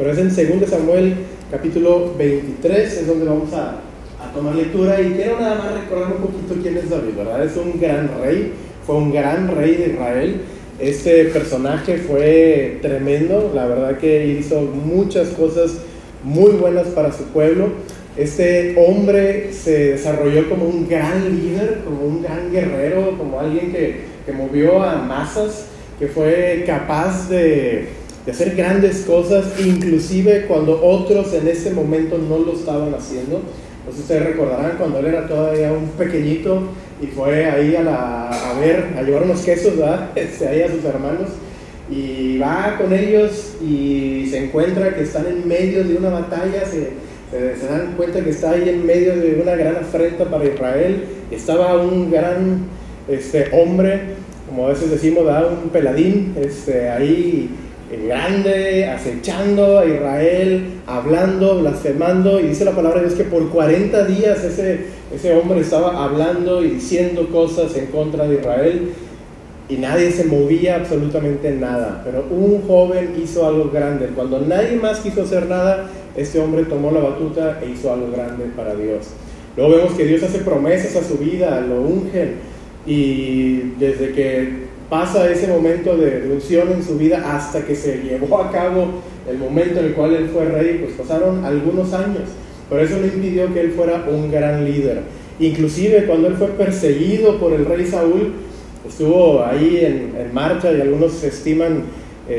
pero es en 2 Samuel capítulo 23, es donde vamos a tomar lectura. Y quiero nada más recordar un poquito quién es David, ¿verdad? Es un gran rey, fue un gran rey de Israel. Este personaje fue tremendo, la verdad que hizo muchas cosas muy buenas para su pueblo. Este hombre se desarrolló como un gran líder, como un gran guerrero, como alguien que movió a masas, que fue capaz de hacer grandes cosas, inclusive cuando otros en ese momento no lo estaban haciendo. Pues ustedes recordarán cuando él era todavía un pequeñito y fue ahí a llevar unos quesos, ¿verdad? Ahí a sus hermanos, y va con ellos y se encuentra que están en medio de una batalla, se dan cuenta que está ahí en medio de una gran afrenta para Israel. Estaba un gran hombre, como a veces decimos, ¿verdad? Un peladín, ahí grande, acechando a Israel, hablando, blasfemando, y dice la palabra de Dios que por 40 días ese hombre estaba hablando y diciendo cosas en contra de Israel, y nadie se movía, absolutamente nada. Pero un joven hizo algo grande. Cuando nadie más quiso hacer nada, este hombre tomó la batuta e hizo algo grande para Dios. Luego vemos que Dios hace promesas a su vida, lo ungen, y desde que pasa ese momento de unción en su vida hasta que se llevó a cabo el momento en el cual él fue rey, pues pasaron algunos años, pero eso no impidió que él fuera un gran líder. Inclusive cuando él fue perseguido por el rey Saúl, estuvo ahí en marcha, y algunos estiman que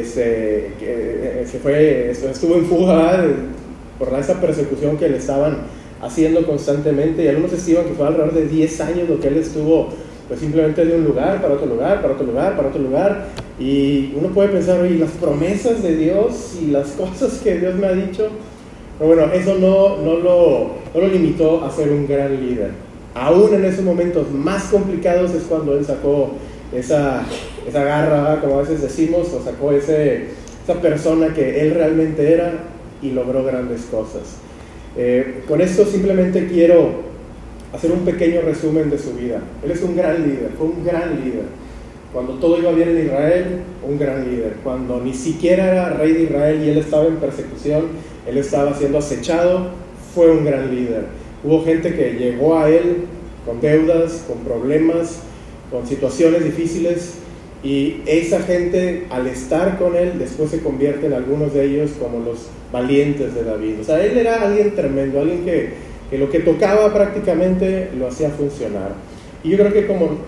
estuvo en fuga por esa persecución que le estaban haciendo constantemente, y algunos estiman que fue alrededor de 10 años lo que él estuvo, pues simplemente de un lugar para otro lugar, para otro lugar, para otro lugar. Y uno puede pensar, oye, las promesas de Dios y las cosas que Dios me ha dicho. Pero bueno, eso no lo limitó a ser un gran líder. Aún en esos momentos más complicados es cuando él sacó esa garra, ¿verdad? Como a veces decimos, o sacó esa persona que él realmente era, y logró grandes cosas. Con esto simplemente quiero hacer un pequeño resumen de su vida. Él es un gran líder, fue un gran líder. Cuando todo iba bien en Israel, un gran líder. Cuando ni siquiera era rey de Israel y él estaba en persecución, él estaba siendo acechado, fue un gran líder. Hubo gente que llegó a él con deudas, con problemas, con situaciones difíciles, y esa gente, al estar con él, después se convierte en algunos de ellos como los valientes de David. O sea, él era alguien tremendo, alguien que lo que tocaba prácticamente lo hacía funcionar. Y yo creo que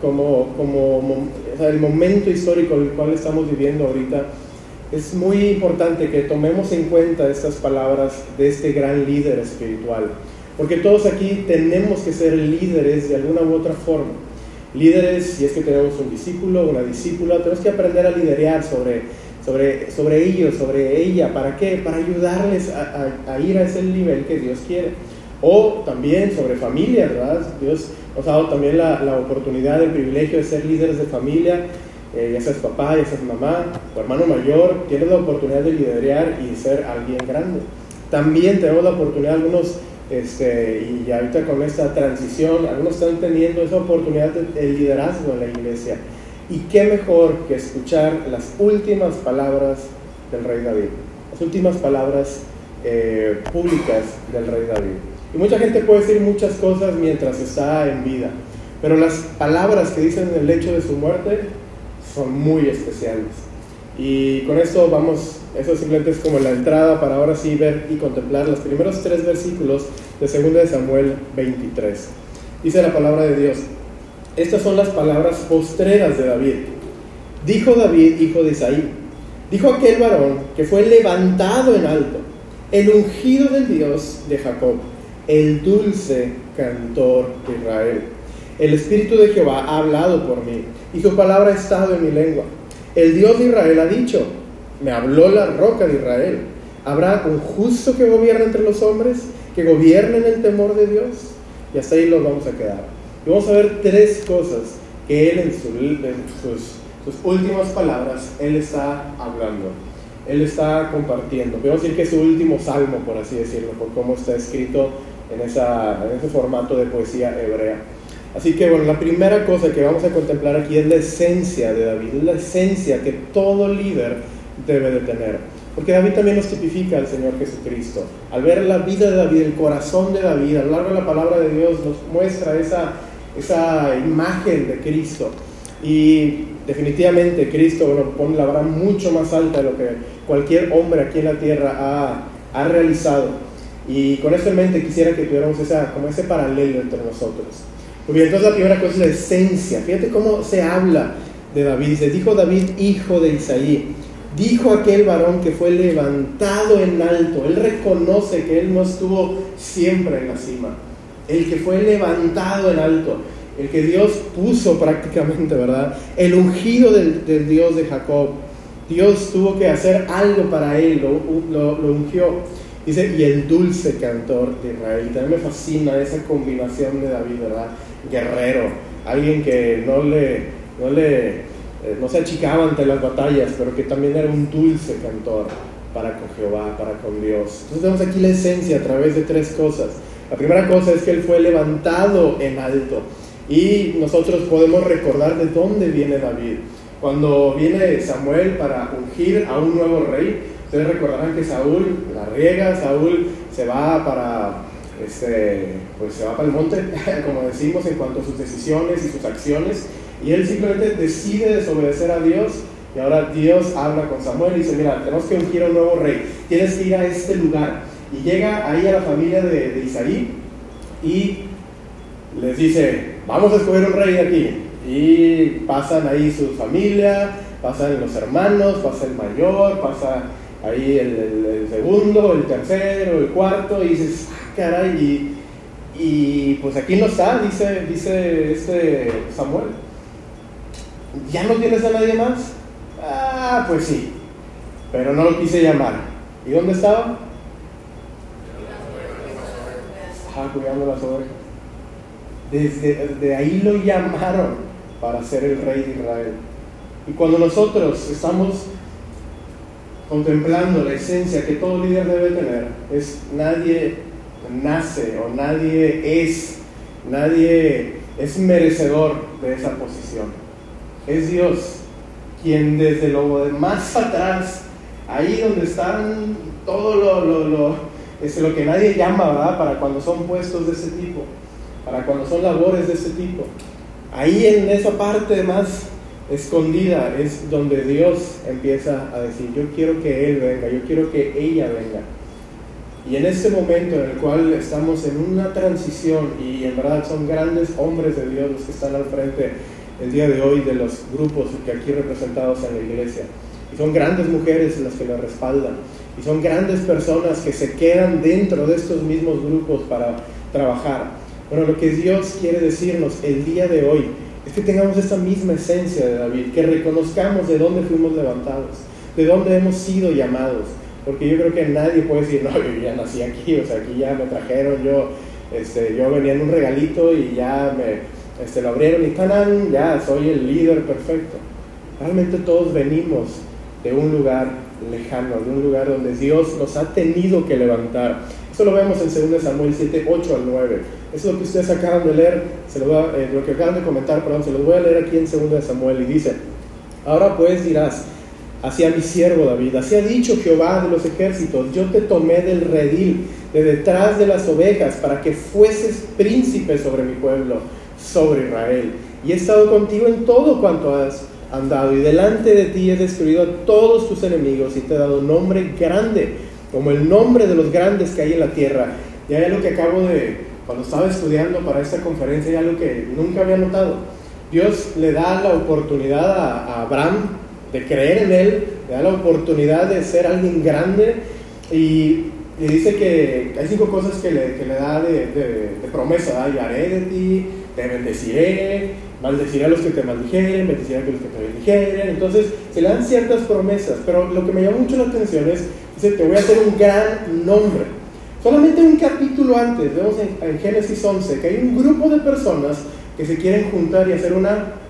o sea, el momento histórico en el cual estamos viviendo ahorita, es muy importante que tomemos en cuenta estas palabras de este gran líder espiritual, porque todos aquí tenemos que ser líderes de alguna u otra forma. Líderes, si es que tenemos un discípulo, una discípula, tenemos que aprender a liderear sobre ellos, sobre ella. ¿Para qué? Para ayudarles a ir a ese nivel que Dios quiere. O también sobre familia, ¿verdad? Dios nos ha dado también la oportunidad, el privilegio de ser líderes de familia, ya seas papá, ya seas mamá o hermano mayor, tienes la oportunidad de liderear y ser alguien grande. También tenemos la oportunidad, algunos, y ahorita con esta transición, algunos están teniendo esa oportunidad de liderazgo en la iglesia. Y qué mejor que escuchar las últimas palabras del rey David, las últimas palabras públicas del rey David. Y mucha gente puede decir muchas cosas mientras está en vida, pero las palabras que dicen en el lecho de su muerte son muy especiales. Y con esto eso simplemente es como la entrada para ahora sí ver y contemplar los primeros 3 versículos de 2 Samuel 23. Dice la palabra de Dios: estas son las palabras postreras de David. Dijo David, hijo de Isaí, dijo aquel varón que fue levantado en alto, el ungido del Dios de Jacob, el dulce cantor de Israel. El Espíritu de Jehová ha hablado por mí, y su palabra ha estado en mi lengua. El Dios de Israel ha dicho, me habló la roca de Israel. ¿Habrá un justo que gobierne entre los hombres, que gobierne en el temor de Dios? Y hasta ahí los vamos a quedar. Y vamos a ver 3 cosas que él en sus últimas palabras, él está hablando. Él está compartiendo. Podemos decir que es su último salmo, por así decirlo, por cómo está escrito en ese formato de poesía hebrea. Así que bueno, la primera cosa que vamos a contemplar aquí es la esencia de David, es la esencia que todo líder debe de tener. Porque David también nos tipifica al Señor Jesucristo. Al ver la vida de David, el corazón de David, a lo largo de la palabra de Dios nos muestra esa imagen de Cristo. Y definitivamente Cristo, bueno, pone la vara mucho más alta de lo que cualquier hombre aquí en la tierra ha realizado. Y con eso en mente quisiera que tuviéramos como ese paralelo entre nosotros. Muy bien, entonces la primera cosa es la esencia. Fíjate cómo se habla de David. Dice, dijo David, hijo de Isaí. Dijo aquel varón que fue levantado en alto. Él reconoce que él no estuvo siempre en la cima. El que fue levantado en alto. El que Dios puso prácticamente, ¿verdad? El ungido del Dios de Jacob. Dios tuvo que hacer algo para él, lo ungió. Dice, y el dulce cantor de Israel. Y también me fascina esa combinación de David, ¿verdad? Guerrero, alguien que no se achicaba ante las batallas, pero que también era un dulce cantor para con Jehová, para con Dios. Entonces tenemos aquí la esencia a través de tres cosas. La primera cosa es que él fue levantado en alto. Y nosotros podemos recordar de dónde viene David. Cuando viene Samuel para ungir a un nuevo rey, ustedes recordarán que Saúl la riega, Saúl se va para el monte, como decimos, en cuanto a sus decisiones y sus acciones, y él simplemente decide desobedecer a Dios. Y ahora Dios habla con Samuel y dice, mira, tenemos que ungir a un nuevo rey, tienes que ir a este lugar. Y llega ahí a la familia de Isaí y les dice, vamos a escoger un rey de aquí. Y pasan ahí su familia, pasan los hermanos, pasa el mayor, pasa ahí el segundo, el tercero, el cuarto, y dices, caray, y pues aquí no está, dice Samuel. ¿Ya no tienes a nadie más? Ah, pues sí, pero no lo quise llamar. ¿Y dónde estaba? Cuidando las ovejas. Desde ahí lo llamaron para ser el rey de Israel. Y cuando nosotros estamos contemplando la esencia que todo líder debe tener, es nadie nace o nadie es merecedor de esa posición. Es Dios quien desde lo de más atrás, ahí donde están todo lo que nadie llama, ¿verdad? Para cuando son puestos de ese tipo, para cuando son labores de ese tipo, ahí en esa parte más escondida es donde Dios empieza a decir, yo quiero que él venga, yo quiero que ella venga. Y en ese momento en el cual estamos en una transición, y en verdad son grandes hombres de Dios los que están al frente el día de hoy de los grupos que aquí representados en la iglesia, y son grandes mujeres las que lo respaldan, y son grandes personas que se quedan dentro de estos mismos grupos para trabajar. Bueno, lo que Dios quiere decirnos el día de hoy es que tengamos esta misma esencia de David, que reconozcamos de dónde fuimos levantados, de dónde hemos sido llamados, porque yo creo que nadie puede decir, no, yo ya nací aquí, o sea, aquí ya me trajeron, yo venía en un regalito y ya lo abrieron y ¡tanán! Ya soy el líder perfecto. Realmente todos venimos de un lugar lejano, de un lugar donde Dios nos ha tenido que levantar. Eso lo vemos en 2 Samuel 7, 8 al 9. Eso es lo que ustedes acaban de leer, lo que acaban de comentar, se los voy a leer aquí en 2 Samuel, y dice, ahora pues dirás, hacia mi siervo David, así ha dicho Jehová de los ejércitos, yo te tomé del redil, de detrás de las ovejas, para que fueses príncipe sobre mi pueblo, sobre Israel, y he estado contigo en todo cuanto has andado, y delante de ti he destruido a todos tus enemigos, y te he dado nombre grande, como el nombre de los grandes que hay en la tierra. Y hay algo que cuando estaba estudiando para esta conferencia, hay algo que nunca había notado. Dios le da la oportunidad a Abraham de creer en él, le da la oportunidad de ser alguien grande, y le dice que hay 5 cosas que le da de promesa, yo haré de ti, te bendeciré, maldeciré a los que te maldijeren, bendeciré a los que te bendijeren. Entonces se le dan ciertas promesas, pero lo que me llama mucho la atención es, dice, te voy a hacer un gran nombre. Solamente un capítulo antes, vemos en Génesis 11, que hay un grupo de personas que se quieren juntar y hacer una...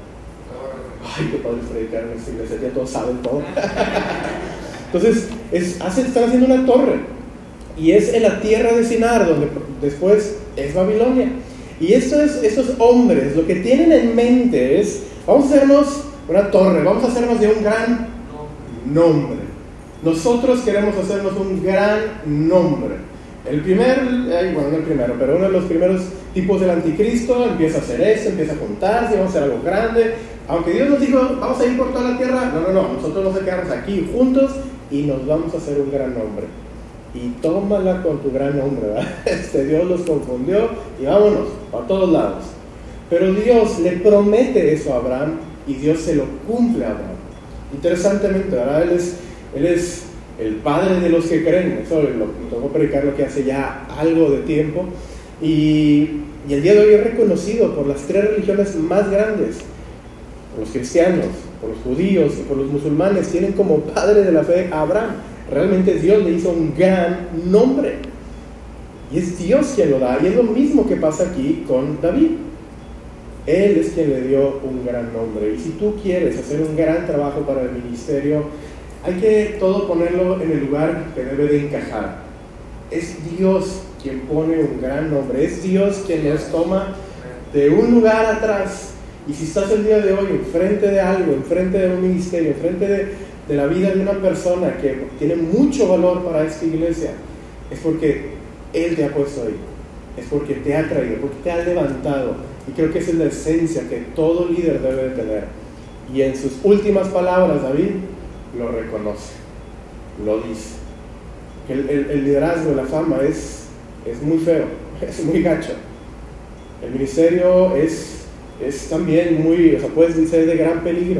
Ay, qué padre predicar en esta iglesia, ya todos saben todo. Entonces, están haciendo una torre, y es en la tierra de Sinar, donde después es Babilonia. Y estos hombres lo que tienen en mente es, vamos a hacernos una torre, vamos a hacernos de un gran nombre. Nosotros queremos hacernos un gran nombre. El primer, bueno, no el primero, pero uno de los primeros tipos del anticristo empieza a hacer eso, empieza a juntarse, vamos a hacer algo grande. Aunque Dios nos dijo, vamos a ir por toda la tierra, no, nosotros nos quedamos aquí juntos y nos vamos a hacer un gran nombre. Y tómala con tu gran nombre, ¿verdad? Dios los confundió y vámonos, a todos lados. Pero Dios le promete eso a Abraham y Dios se lo cumple a Abraham. Interesantemente, ¿verdad? Él es el padre de los que creen. Eso lo tocó predicar lo que hace ya algo de tiempo. Y el día de hoy es reconocido por las tres religiones más grandes. Por los cristianos, por los judíos y por los musulmanes. Tienen como padre de la fe a Abraham. Realmente Dios le hizo un gran nombre. Y es Dios quien lo da. Y es lo mismo que pasa aquí con David. Él es quien le dio un gran nombre. Y si tú quieres hacer un gran trabajo para el ministerio, hay que todo ponerlo en el lugar que debe de encajar. Es Dios quien pone un gran nombre. Es Dios quien nos toma de un lugar atrás. Y si estás el día de hoy enfrente de algo, enfrente de un ministerio, enfrente de la vida de una persona que tiene mucho valor para esta iglesia, es porque Él te ha puesto ahí. Es porque te ha traído, porque te ha levantado. Y creo que esa es la esencia que todo líder debe de tener. Y en sus últimas palabras, David lo reconoce, lo dice. El liderazgo, la fama es muy feo, es muy gacho. El ministerio es también muy, puede ser de gran peligro.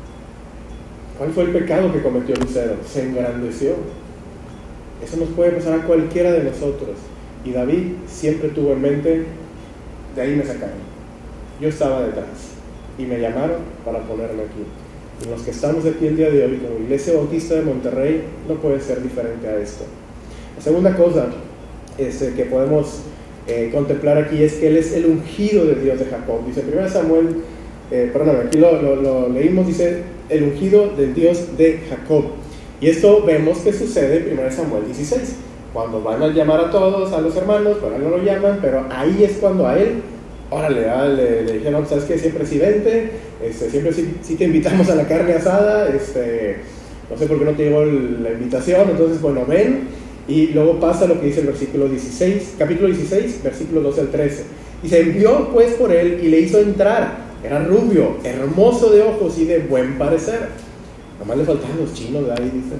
¿Cuál fue el pecado que cometió Lucero? Se engrandeció. Eso nos puede pasar a cualquiera de nosotros. Y David siempre tuvo en mente, de ahí me sacaron. Yo estaba detrás y me llamaron para ponerme aquí. Y los que estamos aquí el día de hoy como Iglesia Bautista de Monterrey, no puede ser diferente a esto. La segunda cosa que podemos contemplar aquí es que Él es el ungido de Dios de Jacob. Dice 1 Samuel, aquí lo leímos, dice el ungido del Dios de Jacob. Y esto vemos que sucede en 1 Samuel 16. Cuando van a llamar a todos, a los hermanos, pero no lo llaman, pero ahí es cuando a él, órale, le dijeron, ¿sabes qué? Siempre sí vente, siempre sí te invitamos a la carne asada, no sé por qué no te llegó la invitación, entonces bueno, ven. Y luego pasa lo que dice el versículo 16, capítulo 16, versículo 12 al 13. Y se envió pues por él y le hizo entrar. Era rubio, hermoso de ojos y de buen parecer. Nomás le faltaban los chinos, David dice.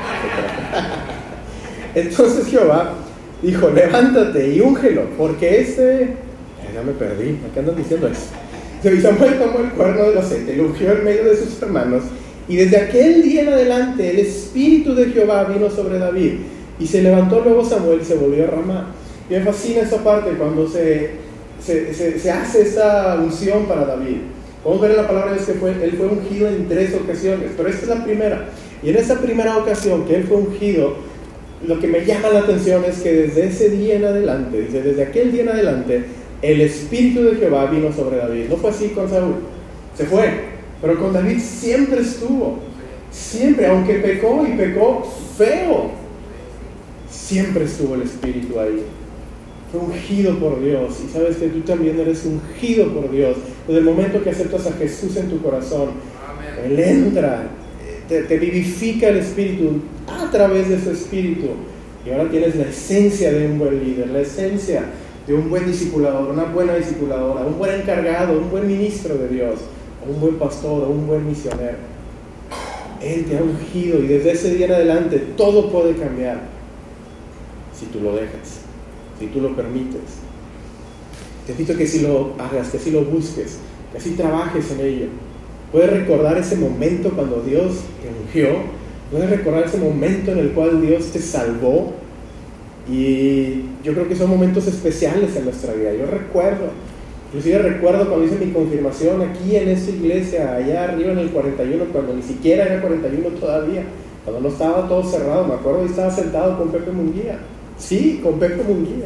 Entonces Jehová dijo, levántate y úngelo, porque ya me perdí, ¿qué andan diciendo eso? Y Samuel tomó el cuerno del aceite, lo ungió en medio de sus hermanos, y desde aquel día en adelante el espíritu de Jehová vino sobre David, y se levantó luego Samuel y se volvió a Ramá. Y me fascina esa parte cuando se hace esa unción para David. Vamos a ver en la palabra de que él fue ungido en 3 ocasiones, pero esta es la primera. Y en esa primera ocasión que él fue ungido, lo que me llama la atención es que desde ese día en adelante, desde aquel día en adelante, el Espíritu de Jehová vino sobre David. No fue así con Saúl, se fue, pero con David siempre estuvo, siempre, aunque pecó y pecó feo, siempre estuvo el Espíritu ahí. Fue ungido por Dios, y sabes que tú también eres ungido por Dios. Desde el momento que aceptas a Jesús en tu corazón, Él entra, te vivifica el Espíritu a través de su Espíritu, y ahora tienes la esencia de un buen líder, la esencia de un buen discipulador, una buena discipuladora, un buen encargado, un buen ministro de Dios, un buen pastor, un buen misionero. Él te ha ungido, y desde ese día en adelante todo puede cambiar si tú lo dejas, si tú lo permites. Te invito a que si lo hagas, que si lo busques, que así trabajes en ello. Puedes recordar ese momento cuando Dios te ungió, puedes recordar ese momento en el cual Dios te salvó, y yo creo que son momentos especiales en nuestra vida. Yo inclusive recuerdo cuando hice mi confirmación aquí en esta iglesia, allá arriba en el 41, cuando ni siquiera era 41 todavía, cuando no estaba todo cerrado. Me acuerdo que estaba sentado con Pepe Munguía. Sí, con Pepe Munguía.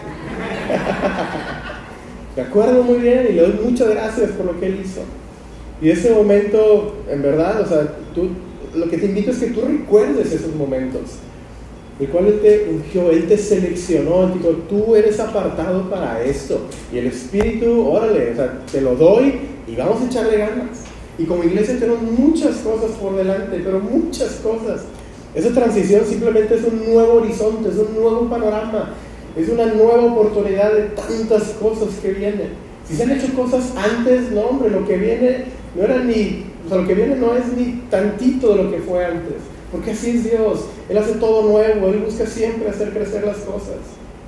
Me acuerdo muy bien y le doy muchas gracias por lo que él hizo. Y ese momento, en verdad, lo que te invito es que tú recuerdes esos momentos, el cual Él te ungió, Él te seleccionó, Él dijo, tú eres apartado para esto. Y el Espíritu, órale, te lo doy y vamos a echarle ganas. Y como iglesia tenemos muchas cosas por delante, pero muchas cosas. Esa transición simplemente es un nuevo horizonte, es un nuevo panorama, es una nueva oportunidad de tantas cosas que vienen. Si se han hecho cosas antes, no hombre, lo que viene no era ni, o sea, lo que viene no es ni tantito de lo que fue antes, porque así es Dios. Él hace todo nuevo, Él busca siempre hacer crecer las cosas.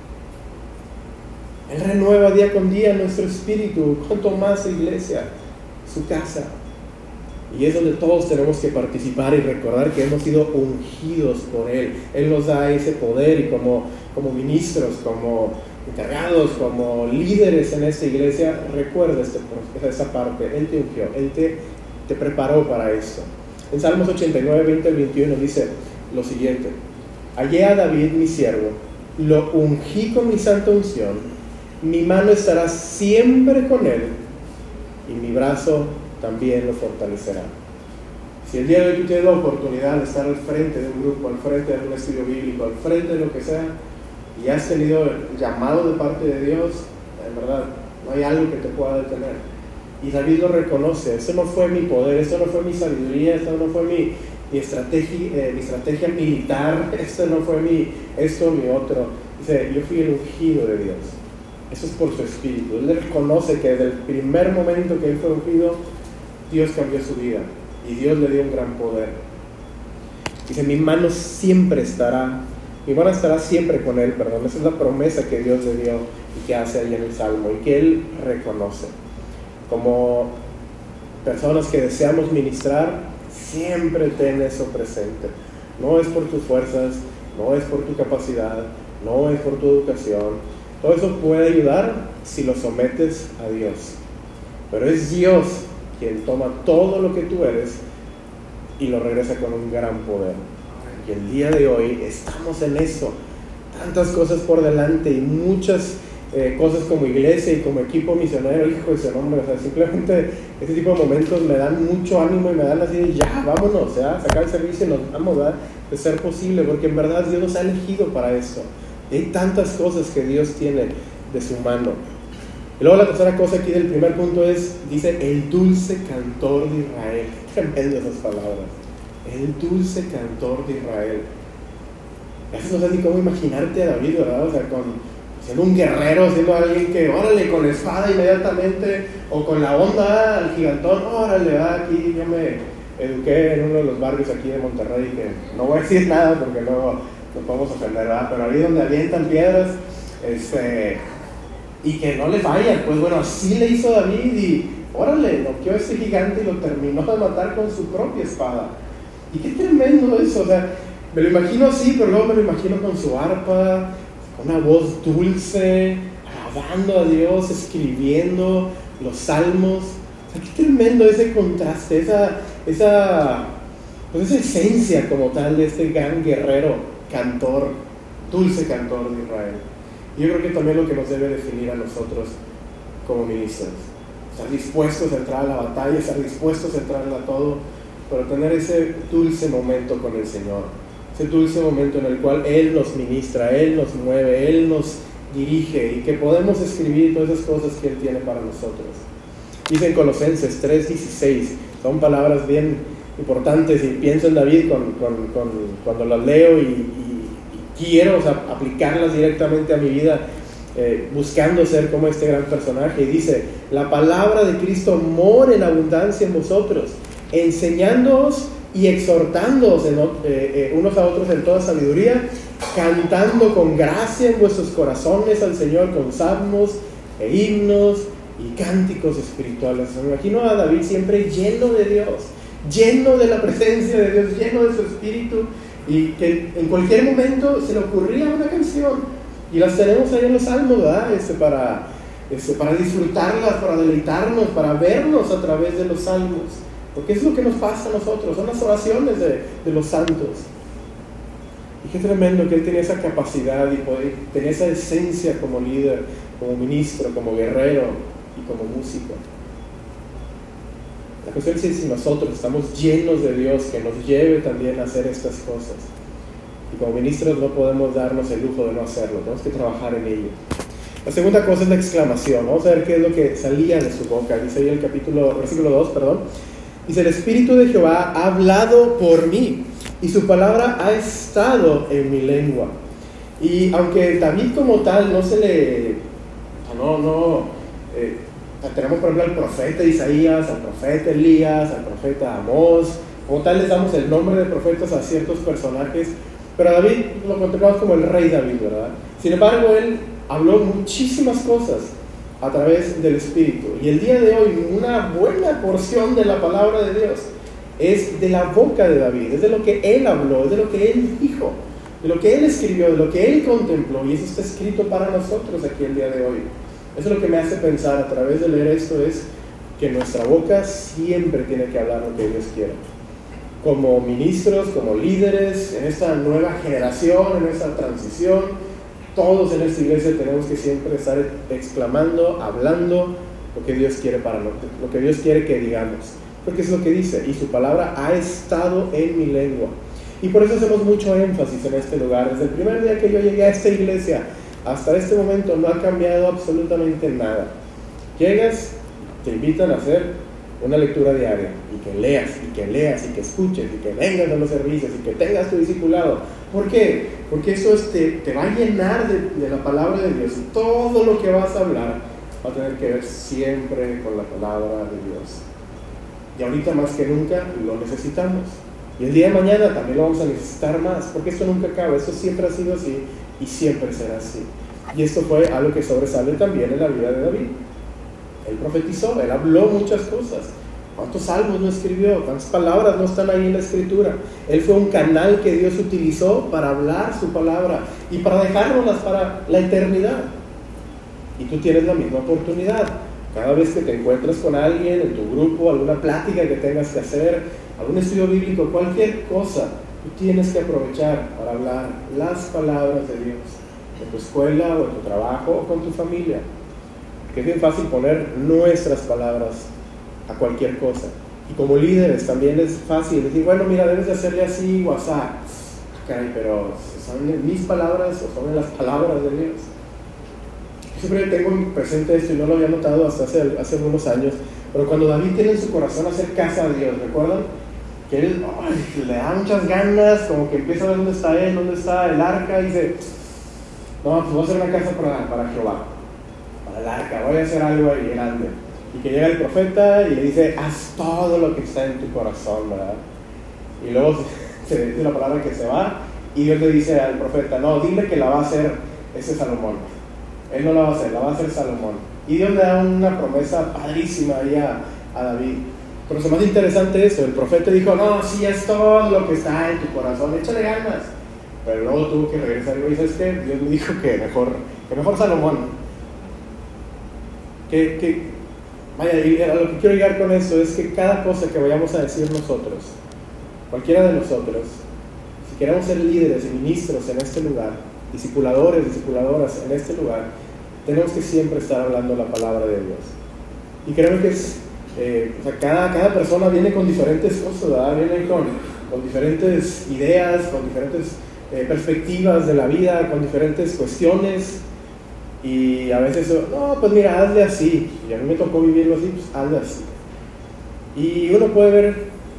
Él renueva día con día nuestro espíritu, cuanto más iglesia, su casa. Y es donde todos tenemos que participar y recordar que hemos sido ungidos por Él. Él nos da ese poder, y como ministros, como encargados, como líderes en esta iglesia, recuerda esa parte. Él te ungió, Él te preparó para esto. En Salmos 89, 20 al 21 dice lo siguiente: hallé a David mi siervo, lo ungí con mi santa unción, mi mano estará siempre con él y mi brazo también lo fortalecerá. Si el día de hoy tú tienes la oportunidad de estar al frente de un grupo, al frente de un estudio bíblico, al frente de lo que sea, y has tenido el llamado de parte de Dios, en verdad, no hay algo que te pueda detener. Y David lo reconoce: esto no fue mi poder, esto no fue mi sabiduría, esto no fue mi estrategia militar, esto no fue esto o mi otro. Dice: yo fui el ungido de Dios. Eso es por su espíritu. Él reconoce que desde el primer momento que él fue ungido, Dios cambió su vida y Dios le dio un gran poder. Dice: mi mano estará siempre con él, perdón. Esa es la promesa que Dios le dio y que hace ahí en el Salmo, y que él reconoce. Como personas que deseamos ministrar, siempre ten eso presente. No es por tus fuerzas, no es por tu capacidad, no es por tu educación. Todo eso puede ayudar si lo sometes a Dios. Pero es Dios quien toma todo lo que tú eres y lo regresa con un gran poder. Y el día de hoy estamos en eso. Tantas cosas por delante y muchas cosas como iglesia y como equipo misionero. Hijo de ese nombre, o sea, simplemente este tipo de momentos me dan mucho ánimo y me dan así de ya, vámonos, ya, sacar el servicio y nos vamos, ¿verdad? De ser posible, porque en verdad Dios nos ha elegido para eso. Y hay tantas cosas que Dios tiene de su mano. Y luego la tercera cosa aquí del primer punto dice: el dulce cantor de Israel. Qué tremendo esas palabras. El dulce cantor de Israel. A veces no sé ni cómo imaginarte a David, ¿verdad? O sea, siendo un guerrero, siendo alguien que, órale, con la espada inmediatamente, o con la onda al gigantón, órale, aquí yo me eduqué en uno de los barrios aquí de Monterrey, que no voy a decir nada porque no podemos ofender, ¿verdad? Pero ahí donde avientan piedras, y que no le fallan, pues bueno, así le hizo David, y órale, noqueó a ese gigante y lo terminó de matar con su propia espada. Y qué tremendo eso, o sea, me lo imagino así, pero luego me lo imagino con su arpa, con una voz dulce, alabando a Dios, escribiendo los salmos. O sea, qué tremendo ese contraste, esa esencia como tal de este gran guerrero, cantor, dulce cantor de Israel. Y yo creo que también lo que nos debe definir a nosotros como ministros: estar dispuestos a entrar a la batalla, estar dispuestos a entrar a todo, pero tener ese dulce momento con el Señor, ese dulce momento en el cual Él nos ministra, Él nos mueve, Él nos dirige, y que podemos escribir todas esas cosas que Él tiene para nosotros. Dice en Colosenses 3:16, son palabras bien importantes, y pienso en David cuando las leo y quiero, o sea, aplicarlas directamente a mi vida, buscando ser como este gran personaje. Y dice: la palabra de Cristo mora en abundancia en vosotros, enseñándoos y exhortándoos unos a otros en toda sabiduría, cantando con gracia en vuestros corazones al Señor con salmos e himnos y cánticos espirituales. Me imagino a David siempre lleno de Dios, lleno de la presencia de Dios, lleno de su espíritu, y que en cualquier momento se le ocurría una canción, y las tenemos ahí en los salmos, ¿verdad? Para disfrutarlas, para deleitarnos, para vernos a través de los salmos, porque es lo que nos pasa a nosotros, son las oraciones de los santos. Y qué tremendo que él tenía esa capacidad y tenía esa esencia como líder, como ministro, como guerrero y como músico. La cuestión es si nosotros estamos llenos de Dios, que nos lleve también a hacer estas cosas. Y como ministros no podemos darnos el lujo de no hacerlo, tenemos que trabajar en ello. La segunda cosa es la exclamación. Vamos a ver qué es lo que salía de su boca. Dice ahí versículo 2, dice: el Espíritu de Jehová ha hablado por mí, y su palabra ha estado en mi lengua. Y aunque David como tal no se le... tenemos por ejemplo al profeta Isaías, al profeta Elías, al profeta Amós, como tal les damos el nombre de profetas a ciertos personajes, pero a David lo contemplamos como el rey David, ¿verdad? Sin embargo, él habló muchísimas cosas a través del Espíritu, y el día de hoy una buena porción de la palabra de Dios es de la boca de David, es de lo que él habló, es de lo que él dijo, de lo que él escribió, de lo que él contempló, y eso está escrito para nosotros aquí el día de hoy. Eso es lo que me hace pensar a través de leer esto, es que nuestra boca siempre tiene que hablar lo que Dios quiere. Como ministros, como líderes, en esta nueva generación, en esta transición, todos en esta iglesia tenemos que siempre estar exclamando, hablando lo que Dios quiere para nosotros, lo que Dios quiere que digamos. Porque es lo que dice, y su palabra ha estado en mi lengua. Y por eso hacemos mucho énfasis en este lugar. Desde el primer día que yo llegué a esta iglesia hasta este momento no ha cambiado absolutamente nada. Llegas, te invitan a hacer una lectura diaria, y que leas, y que escuches, y que vengas a los servicios, y que tengas tu discipulado. ¿Por qué? Porque eso te va a llenar de la palabra de Dios, y todo lo que vas a hablar va a tener que ver siempre con la palabra de Dios. Y ahorita más que nunca lo necesitamos. Y el día de mañana también lo vamos a necesitar más, porque esto nunca acaba, esto siempre ha sido así y siempre será así. Y esto fue algo que sobresale también en la vida de David. Él profetizó, él habló muchas cosas. ¿Cuántos salmos no escribió? ¿Cuántas palabras no están ahí en la escritura? Él fue un canal que Dios utilizó para hablar su palabra y para dejárnoslas para la eternidad. Y tú tienes la misma oportunidad. Cada vez que te encuentres con alguien en tu grupo, alguna plática que tengas que hacer, algún estudio bíblico, cualquier cosa, tú tienes que aprovechar para hablar las palabras de Dios en tu escuela o en tu trabajo o con tu familia. Que es bien fácil poner nuestras palabras a cualquier cosa. Y como líderes también es fácil decir, bueno, mira, debes de hacerle así o asá. Okay, pero ¿son mis palabras o son las palabras de Dios? Yo siempre tengo presente esto y no lo había notado hasta hace algunos años, pero cuando David tiene en su corazón hacer casa a Dios, ¿recuerdan? Que él le da muchas ganas, como que empieza a ver dónde está él, dónde está el arca, y dice, no, pues voy a hacer una casa para Jehová, para el arca, voy a hacer algo ahí grande. Y que llega el profeta y le dice, haz todo lo que está en tu corazón, ¿verdad? Y luego se dice la palabra que se va, y Dios le dice al profeta, no, dile que la va a hacer ese Salomón. Él no la va a hacer, la va a hacer Salomón. Y Dios le da una promesa padrísima ahí a David. Pero es más interesante eso, el profeta dijo, no, sí, es todo lo que está en tu corazón, échale ganas. Pero luego tuvo que regresar y dice, ¿sabes qué? Dios me dijo que mejor Salomón. Vaya, y a lo que quiero llegar con eso es que cada cosa que vayamos a decir nosotros, cualquiera de nosotros, si queremos ser líderes y ministros en este lugar, discipuladores, discipuladoras en este lugar, tenemos que siempre estar hablando la palabra de Dios. Y creo que cada persona viene con diferentes cosas, ¿verdad? Viene con diferentes ideas, con diferentes perspectivas de la vida, con diferentes cuestiones. Y a veces, no, pues mira, hazle así. Y a mí me tocó vivirlo así, pues hazle así. Y uno puede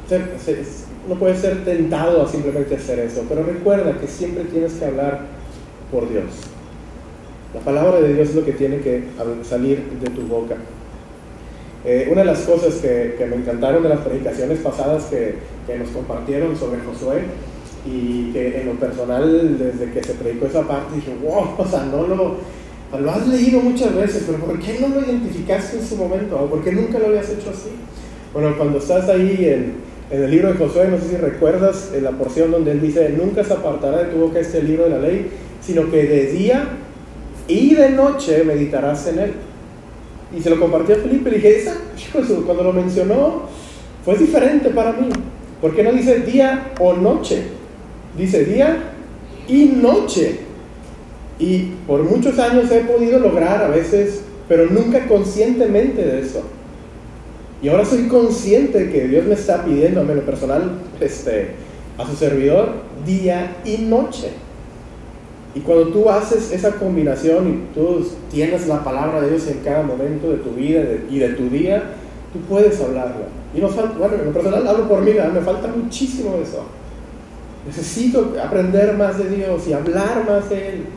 ser tentado a simplemente hacer eso, pero recuerda que siempre tienes que hablar por Dios. La palabra de Dios es lo que tiene que salir de tu boca. Una de las cosas que me encantaron de las predicaciones pasadas que nos compartieron sobre Josué, y que en lo personal, desde que se predicó esa parte, dije, wow, o sea, lo has leído muchas veces, pero ¿por qué no lo identificaste en su momento? ¿O por qué nunca lo habías hecho así? Bueno, cuando estás ahí en el libro de Josué, no sé si recuerdas la porción donde él dice, nunca se apartará de tu boca este libro de la ley, sino que de día y de noche meditarás en él. Y se lo compartió a Felipe y le dije, cuando lo mencionó fue diferente para mí. ¿Por qué no dice día o noche? Dice día y noche. Y por muchos años he podido lograr a veces, pero nunca conscientemente de eso. Y ahora soy consciente que Dios me está pidiendo, a mí en lo personal, a su servidor, día y noche. Y cuando tú haces esa combinación y tú tienes la palabra de Dios en cada momento de tu vida y de tu día, tú puedes hablarla. Y bueno, en lo personal hablo por mí, me falta muchísimo de eso. necesito aprender más de Dios y hablar más de Él.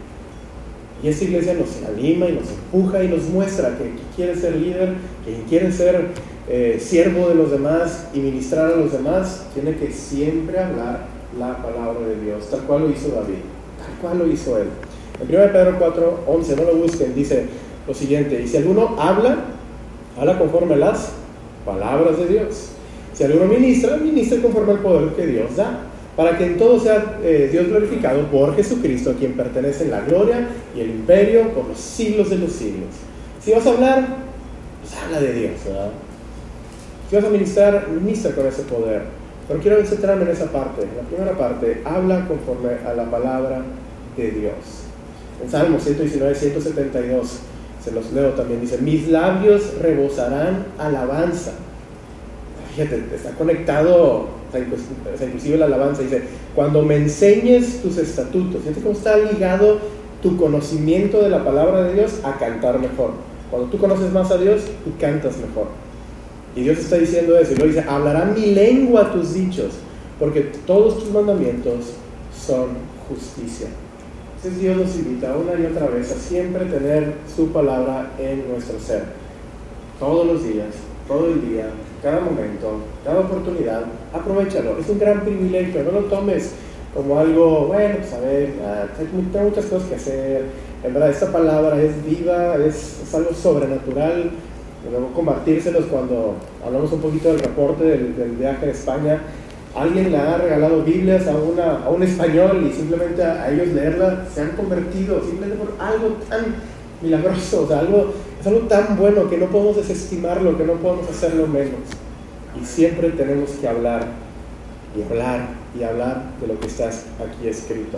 Y esta iglesia nos anima y nos empuja y nos muestra que quien quiere ser líder, que quien quiere ser siervo de los demás y ministrar a los demás, tiene que siempre hablar la palabra de Dios, tal cual lo hizo David, tal cual lo hizo él. En 1 Pedro 4:11, no lo busquen, dice lo siguiente: y si alguno habla conforme a las palabras de Dios. Si alguno ministra conforme al poder que Dios da, para que en todo sea Dios glorificado por Jesucristo, a quien pertenecen la gloria y el imperio por los siglos de los siglos. Si vas a hablar, pues habla de Dios, ¿verdad? Si vas a ministrar, ministra con ese poder. Pero quiero centrarme en esa parte. En la primera parte, habla conforme a la palabra de Dios. En Salmos 119, 172, se los leo también, dice: mis labios rebosarán alabanza. Fíjate, está conectado, o sea, inclusive la alabanza dice: cuando me enseñes tus estatutos. Fíjate cómo está ligado tu conocimiento de la palabra de Dios a cantar mejor. Cuando tú conoces más a Dios, tú cantas mejor. Y Dios está diciendo eso, y luego dice: hablará mi lengua tus dichos, porque todos tus mandamientos son justicia. Entonces Dios nos invita una y otra vez a siempre tener su palabra en nuestro ser. Todos los días, todo el día, cada momento, cada oportunidad, aprovéchalo. Es un gran privilegio, no lo tomes como algo, bueno, pues a ver, tengo muchas cosas que hacer. En verdad, esta palabra es viva, es algo sobrenatural. Luego compartírselos cuando hablamos un poquito del reporte del viaje de España. Alguien le ha regalado Biblias a un español y simplemente a ellos leerla se han convertido simplemente por algo tan milagroso, o sea, es algo tan bueno que no podemos desestimarlo, que no podemos hacerlo menos. Y siempre tenemos que hablar y hablar y hablar de lo que está aquí escrito.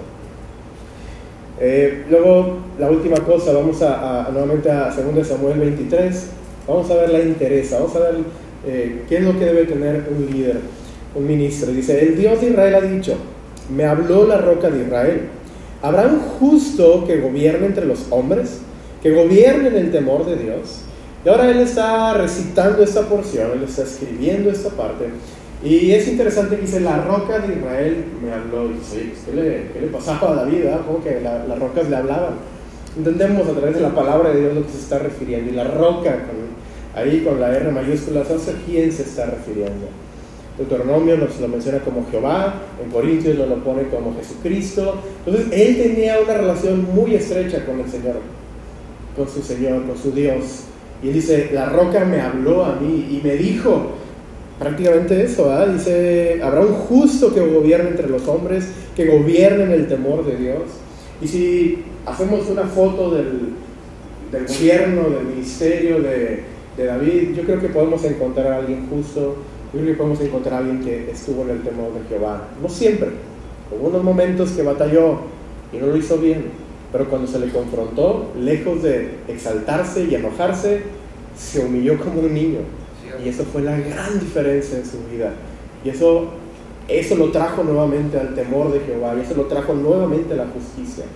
Luego, la última cosa, vamos nuevamente a 2 Samuel 23. Vamos a ver la interesa, vamos a ver qué es lo que debe tener un líder, un ministro. Dice: el Dios de Israel ha dicho, me habló la roca de Israel. ¿Habrá un justo que gobierne entre los hombres, que gobierne en el temor de Dios? Y ahora él está recitando esta porción, él está escribiendo esta parte. Y es interesante que dice: la roca de Israel me habló. Y dice: ¿qué le pasaba a David? ¿Cómo que las rocas le hablaban? Entendemos a través de la palabra de Dios lo que se está refiriendo. Y la roca, ahí con la R mayúscula, ¿sabes a quién se está refiriendo? Deuteronomio nos lo menciona como Jehová, en Corintios nos lo pone como Jesucristo. Entonces él tenía una relación muy estrecha con el Señor, con su Señor, con su Dios. Y él dice: la roca me habló a mí y me dijo prácticamente eso, ¿verdad? Dice: habrá un justo que gobierne entre los hombres, que gobierne en el temor de Dios. Y si hacemos una foto del gobierno, del ministerio de David, yo creo que podemos encontrar a alguien justo. Yo creo que podemos encontrar a alguien que estuvo en el temor de Jehová. No siempre, hubo unos momentos que batalló y no lo hizo bien, pero cuando se le confrontó, lejos de exaltarse y enojarse, se humilló como un niño. Y eso fue la gran diferencia en su vida. Y eso lo trajo nuevamente al temor de Jehová, y eso lo trajo nuevamente a la justicia.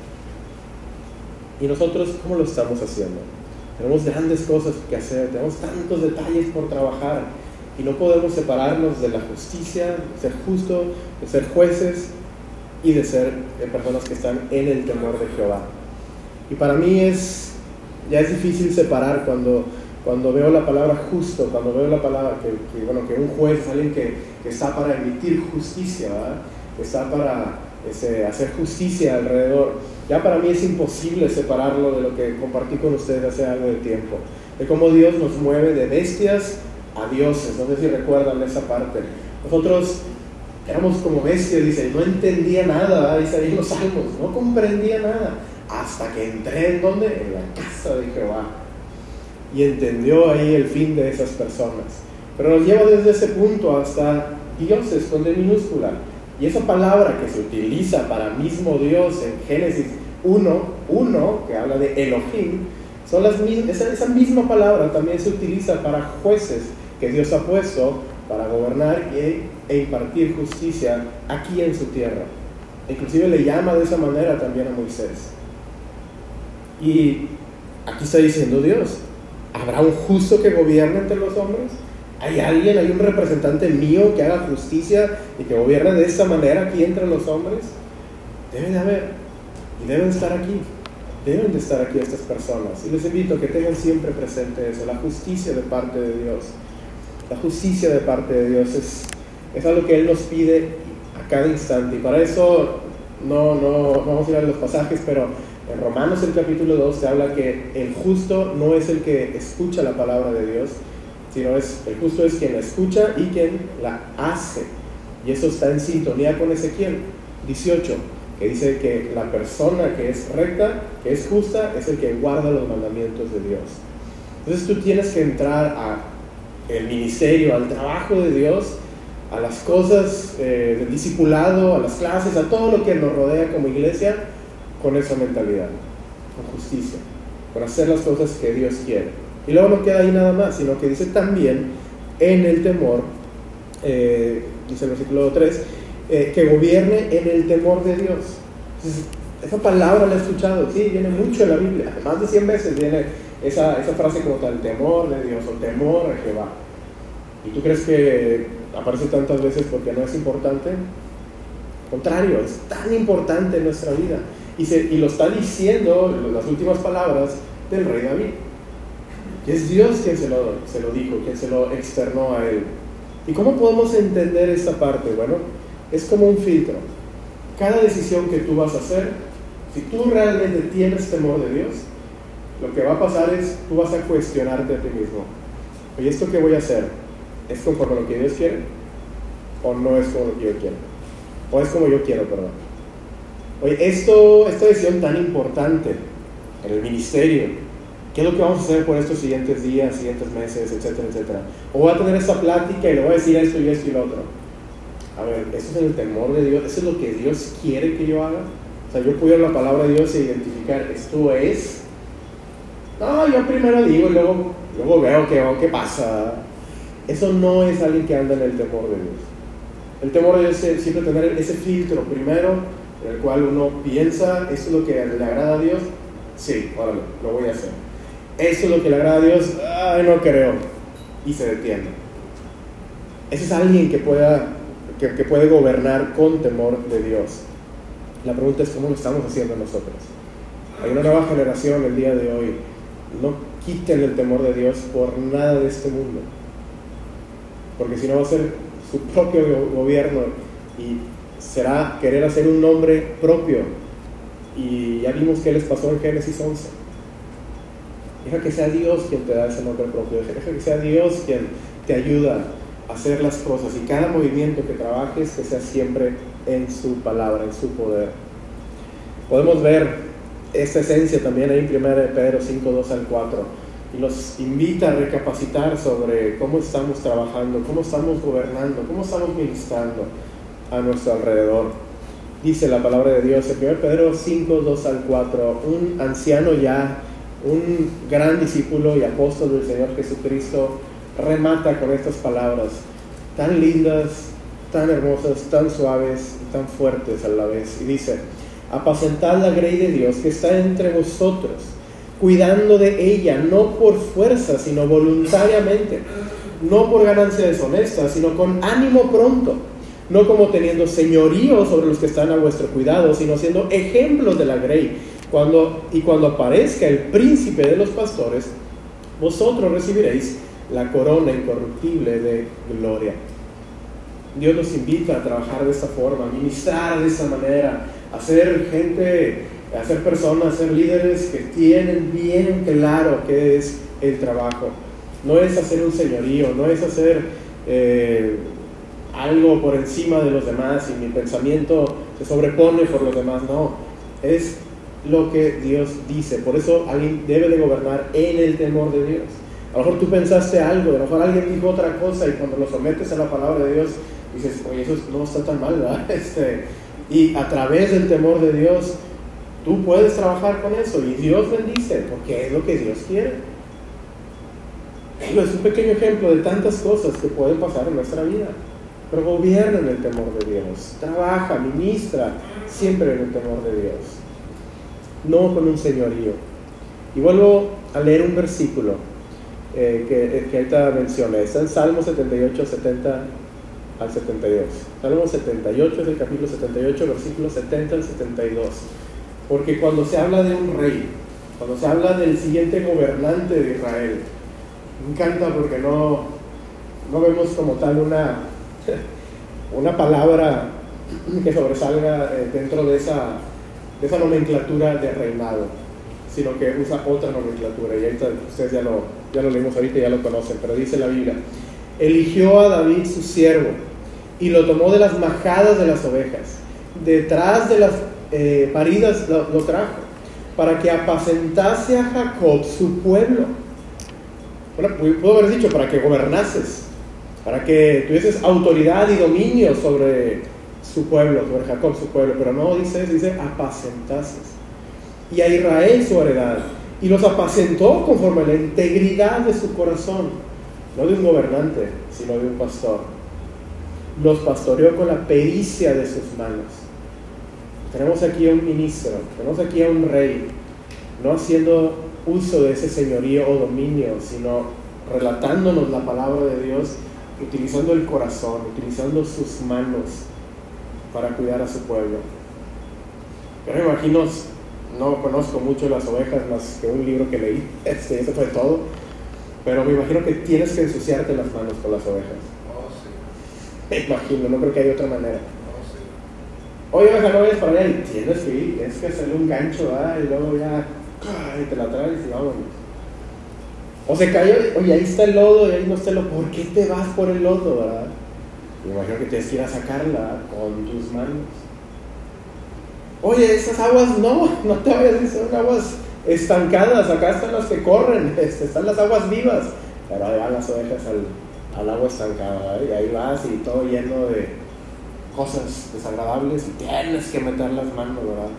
¿Y nosotros cómo lo estamos haciendo? Tenemos grandes cosas que hacer, tenemos tantos detalles por trabajar, y no podemos separarnos de la justicia, de ser justos, de ser jueces y de ser personas que están en el temor de Jehová. Y para mí ya es difícil separar cuando veo la palabra justo, cuando veo la palabra que un juez es alguien que está para emitir justicia, ¿verdad? Que está para hacer justicia alrededor. Ya para mí es imposible separarlo de lo que compartí con ustedes hace algo de tiempo, de cómo Dios nos mueve de bestias a dioses. No sé si recuerdan esa parte. Nosotros éramos como bestias, dice, no entendía nada, ¿verdad? Dice ahí en los Salmos, no comprendía nada, hasta que entré ¿en dónde? En la casa de Jehová, y entendió ahí el fin de esas personas. Pero nos lleva desde ese punto hasta dioses con D minúscula. Y esa palabra que se utiliza para mismo Dios en Génesis 1, que habla de Elohim, son las mismas, esa misma palabra también se utiliza para jueces que Dios ha puesto para gobernar e impartir justicia aquí en su tierra. Inclusive le llama de esa manera también a Moisés. Y aquí está diciendo Dios: ¿habrá un justo que gobierne entre los hombres? ¿Hay alguien, hay un representante mío que haga justicia y que gobierne de esa manera aquí entre los hombres? Debe de haber, y deben estar aquí. Deben de estar aquí estas personas. Y les invito a que tengan siempre presente eso, la justicia de parte de Dios. La justicia de parte de Dios es algo que Él nos pide a cada instante. Y para eso no vamos a ir a los pasajes, pero en Romanos el capítulo 2 se habla que el justo no es el que escucha la palabra de Dios, sino el justo es quien la escucha y quien la hace. Y eso está en sintonía con Ezequiel 18, que dice que la persona que es recta, que es justa, es el que guarda los mandamientos de Dios. Entonces tú tienes que entrar al ministerio, al trabajo de Dios, a las cosas del discipulado, a las clases, a todo lo que nos rodea como iglesia, con esa mentalidad, con justicia, con hacer las cosas que Dios quiere. Y luego no queda ahí nada más, sino que dice también en el temor, dice el versículo 3, que gobierne en el temor de Dios. Entonces, esa palabra la he escuchado, sí, viene mucho en la Biblia, más de 100 veces viene esa frase como tal, temor de Dios o temor a Jehová. ¿Y tú crees que aparece tantas veces porque no es importante? Al contrario, es tan importante en nuestra vida. Y lo está diciendo las últimas palabras del rey David. Y es Dios quien se lo dijo, quien se lo externó a él. ¿Y cómo podemos entender esta parte? Bueno, es como un filtro. Cada decisión que tú vas a hacer, si tú realmente tienes temor de Dios, lo que va a pasar es, tú vas a cuestionarte a ti mismo. Oye, ¿esto que voy a hacer es conforme a lo que Dios quiere? ¿O no es como lo que yo quiero? ¿O es como yo quiero, perdón? Oye, esta decisión tan importante en el ministerio, ¿qué es lo que vamos a hacer por estos siguientes días, siguientes meses, etcétera, etcétera? O voy a tener esta plática y le voy a decir esto y esto y lo otro. A ver, eso es el temor de Dios, eso es lo que Dios quiere que yo haga. O sea, yo puedo ir a la palabra de Dios e identificar, esto es. No, yo primero digo y luego veo qué pasa. Eso no es alguien que anda en el temor de Dios. El temor de Dios es siempre tener ese filtro primero, en el cual uno piensa, ¿esto es lo que le agrada a Dios? Sí, órale, lo voy a hacer. ¿Esto es lo que le agrada a Dios? Ay, no creo. Y se detiene. Ese es alguien que puede gobernar con temor de Dios. La pregunta es, ¿cómo lo estamos haciendo nosotros? Hay una nueva generación el día de hoy. No quiten el temor de Dios por nada de este mundo. Porque si no va a ser su propio gobierno y será querer hacer un nombre propio. Y ya vimos qué les pasó en Génesis 11. Deja que sea Dios quien te da ese nombre propio. Deja que sea Dios quien te ayuda a hacer las cosas. Y cada movimiento que trabajes, que sea siempre en su palabra, en su poder. Podemos ver esta esencia también ahí en 1 Pedro 5, 2 al 4. Y nos invita a recapacitar sobre cómo estamos trabajando, cómo estamos gobernando, cómo estamos ministrando a nuestro alrededor. Dice la palabra de Dios en 1 Pedro 5, 2 al 4, un anciano ya, un gran discípulo y apóstol del Señor Jesucristo, remata con estas palabras tan lindas, tan hermosas, tan suaves y tan fuertes a la vez. Y dice, apacentad la grey de Dios que está entre vosotros, cuidando de ella, no por fuerza, sino voluntariamente, no por ganancia deshonesta, sino con ánimo pronto, no como teniendo señorío sobre los que están a vuestro cuidado, sino siendo ejemplos de la grey. Cuando aparezca el príncipe de los pastores, vosotros recibiréis la corona incorruptible de gloria. Dios nos invita a trabajar de esta forma, a ministrar de esta manera, a ser gente, a ser personas, a ser líderes que tienen bien claro qué es el trabajo. No es hacer un señorío, no es hacer algo por encima de los demás y mi pensamiento se sobrepone por los demás. No, es lo que Dios dice. Por eso alguien debe de gobernar en el temor de Dios. A lo mejor tú pensaste algo, a lo mejor alguien dijo otra cosa y cuando lo sometes a la palabra de Dios dices, oye, eso no está tan mal, ¿verdad? Y a través del temor de Dios tú puedes trabajar con eso y Dios bendice porque es lo que Dios quiere. Es un pequeño ejemplo de tantas cosas que pueden pasar en nuestra vida. Pero gobierna en el temor de Dios, trabaja, ministra siempre en el temor de Dios, no con un señorío. Y vuelvo a leer un versículo que ahorita mencioné. Está en Salmo 78, 70 al 72. Salmo 78 es el capítulo 78, versículos 70 al 72. Porque cuando se habla de un rey, cuando se habla del siguiente gobernante de Israel, me encanta porque no vemos como tal una palabra que sobresalga dentro de esa nomenclatura de reinado, sino que usa otra nomenclatura, y ahorita ustedes ya lo leímos ahorita y ya lo conocen, pero dice la Biblia: eligió a David su siervo y lo tomó de las majadas de las ovejas, detrás de las paridas lo trajo, para que apacentase a Jacob su pueblo. Bueno, puedo haber dicho para que gobernases, para que tuvieses autoridad y dominio sobre su pueblo, sobre Jacob su pueblo, pero no dice apacentases. Y a Israel su heredad, y los apacentó conforme a la integridad de su corazón, no de un gobernante, sino de un pastor. Los pastoreó con la pericia de sus manos. Tenemos aquí a un ministro, tenemos aquí a un rey, no haciendo uso de ese señorío o dominio, sino relatándonos la palabra de Dios, utilizando el corazón, utilizando sus manos para cuidar a su pueblo. Yo me imagino, no conozco mucho las ovejas más que un libro que leí, eso fue todo, pero me imagino que tienes que ensuciarte las manos con las ovejas. Me imagino, no creo que haya otra manera. Oye, oveja, no vayas para allá, y tienes que ir, tienes que hacerle un gancho, y luego ya y te la traes y vámonos. O se cayó, oye, ahí está el lodo y ahí no está el lodo, ¿por qué te vas por el lodo, verdad? Me imagino que tienes que ir a sacarla con tus manos. Oye, esas aguas no te vayas, son aguas estancadas, acá están las que corren, están las aguas vivas, pero ahí van las ovejas al agua estancada, y ahí vas y todo lleno de cosas desagradables y tienes que meter las manos, ¿verdad?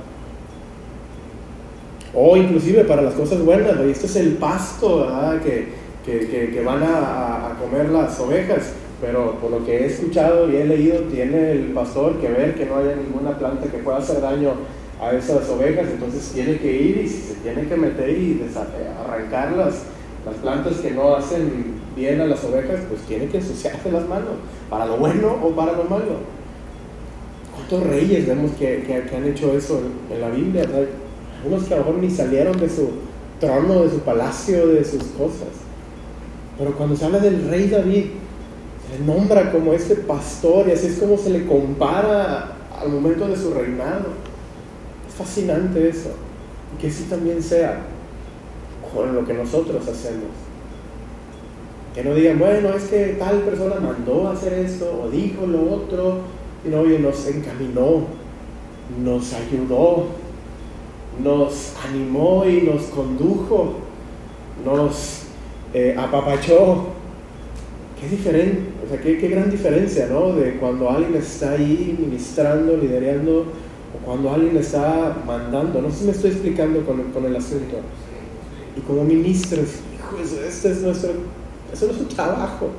O inclusive para las cosas buenas, ¿verdad? Este es el pasto, ¿verdad? Que van a comer las ovejas, pero por lo que he escuchado y he leído, tiene el pastor que ver que no haya ninguna planta que pueda hacer daño a esas ovejas, entonces tiene que ir y se tiene que meter y arrancar las plantas que no hacen bien a las ovejas, pues tiene que ensuciarse las manos, para lo bueno o para lo malo. ¿Cuántos reyes vemos que han hecho eso en la Biblia? ¿Verdad? Algunos que a lo mejor ni salieron de su trono, de su palacio, de sus cosas. Pero cuando se habla del rey David, se le nombra como este pastor, y así es como se le compara al momento de su reinado. Es fascinante eso. Y que así también sea con lo que nosotros hacemos. Que no digan, bueno, es que tal persona mandó a hacer esto, o dijo lo otro, y no, y nos encaminó, nos ayudó, nos animó y nos condujo, nos apapachó. Qué diferente, o sea, qué gran diferencia, ¿no? De cuando alguien está ahí ministrando, liderando, o cuando alguien está mandando. No sé si me estoy explicando con el asunto. Y como ministros, hijo, este es nuestro trabajo.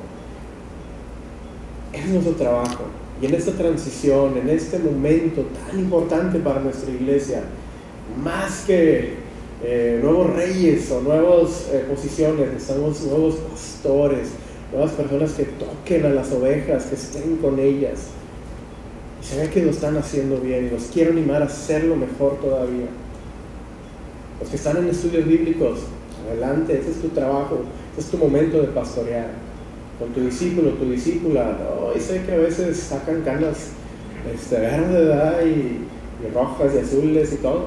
Es nuestro trabajo. Y en esta transición, en este momento tan importante para nuestra iglesia, más que nuevos reyes o nuevas posiciones, necesitamos nuevos pastores, nuevas personas que toquen a las ovejas, que estén con ellas. Y se ve que lo están haciendo bien, y los quiero animar a hacerlo mejor todavía. Los que están en estudios bíblicos, adelante, ese es tu trabajo, ese es tu momento de pastorear. Con tu discípulo, tu discípula, y sé que a veces sacan canas verdes, ¿verdad? Y rojas y azules y todo.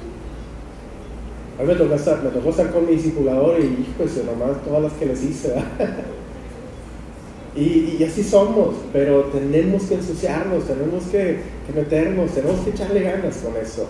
A mí me tocó estar con mi discipulador y, híjole, nomás todas las que les hice, ¿verdad? Y así somos, pero tenemos que ensuciarnos, tenemos que meternos, tenemos que echarle ganas con eso.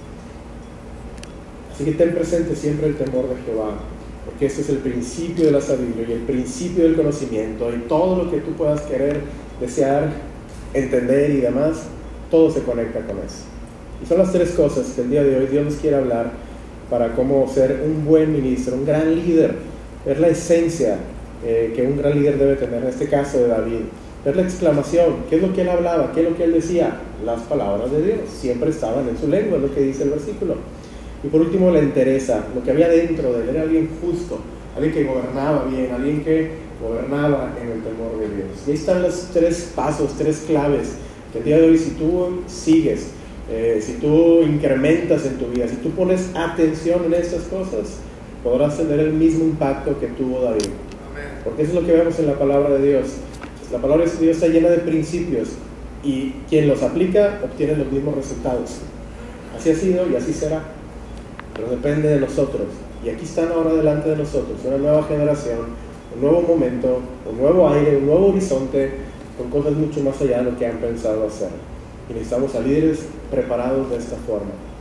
Así que ten presente siempre el temor de Jehová, porque ese es el principio de la sabiduría y el principio del conocimiento, y todo lo que tú puedas querer, desear, entender y demás, todo se conecta con eso. Y son las tres cosas que el día de hoy Dios nos quiere hablar para cómo ser un buen ministro, un gran líder, ver la esencia que un gran líder debe tener, en este caso de David, ver la exclamación, qué es lo que él hablaba, qué es lo que él decía, las palabras de Dios, siempre estaban en su lengua, es lo que dice el versículo. Y por último, la entereza, lo que había dentro de él, era alguien justo, alguien que gobernaba bien, alguien que gobernaba en el temor de Dios. Y ahí están los 3 pasos, 3 claves que el día de hoy, si tú sigues, si tú incrementas en tu vida, si tú pones atención en estas cosas, podrás tener el mismo impacto que tuvo David. Porque eso es lo que vemos en la palabra de Dios. La palabra de Dios está llena de principios y quien los aplica obtiene los mismos resultados. Así ha sido y así será, pero depende de nosotros. Y aquí están ahora delante de nosotros una nueva generación, un nuevo momento, un nuevo aire, un nuevo horizonte, con cosas mucho más allá de lo que han pensado hacer. Y necesitamos a líderes preparados de esta forma.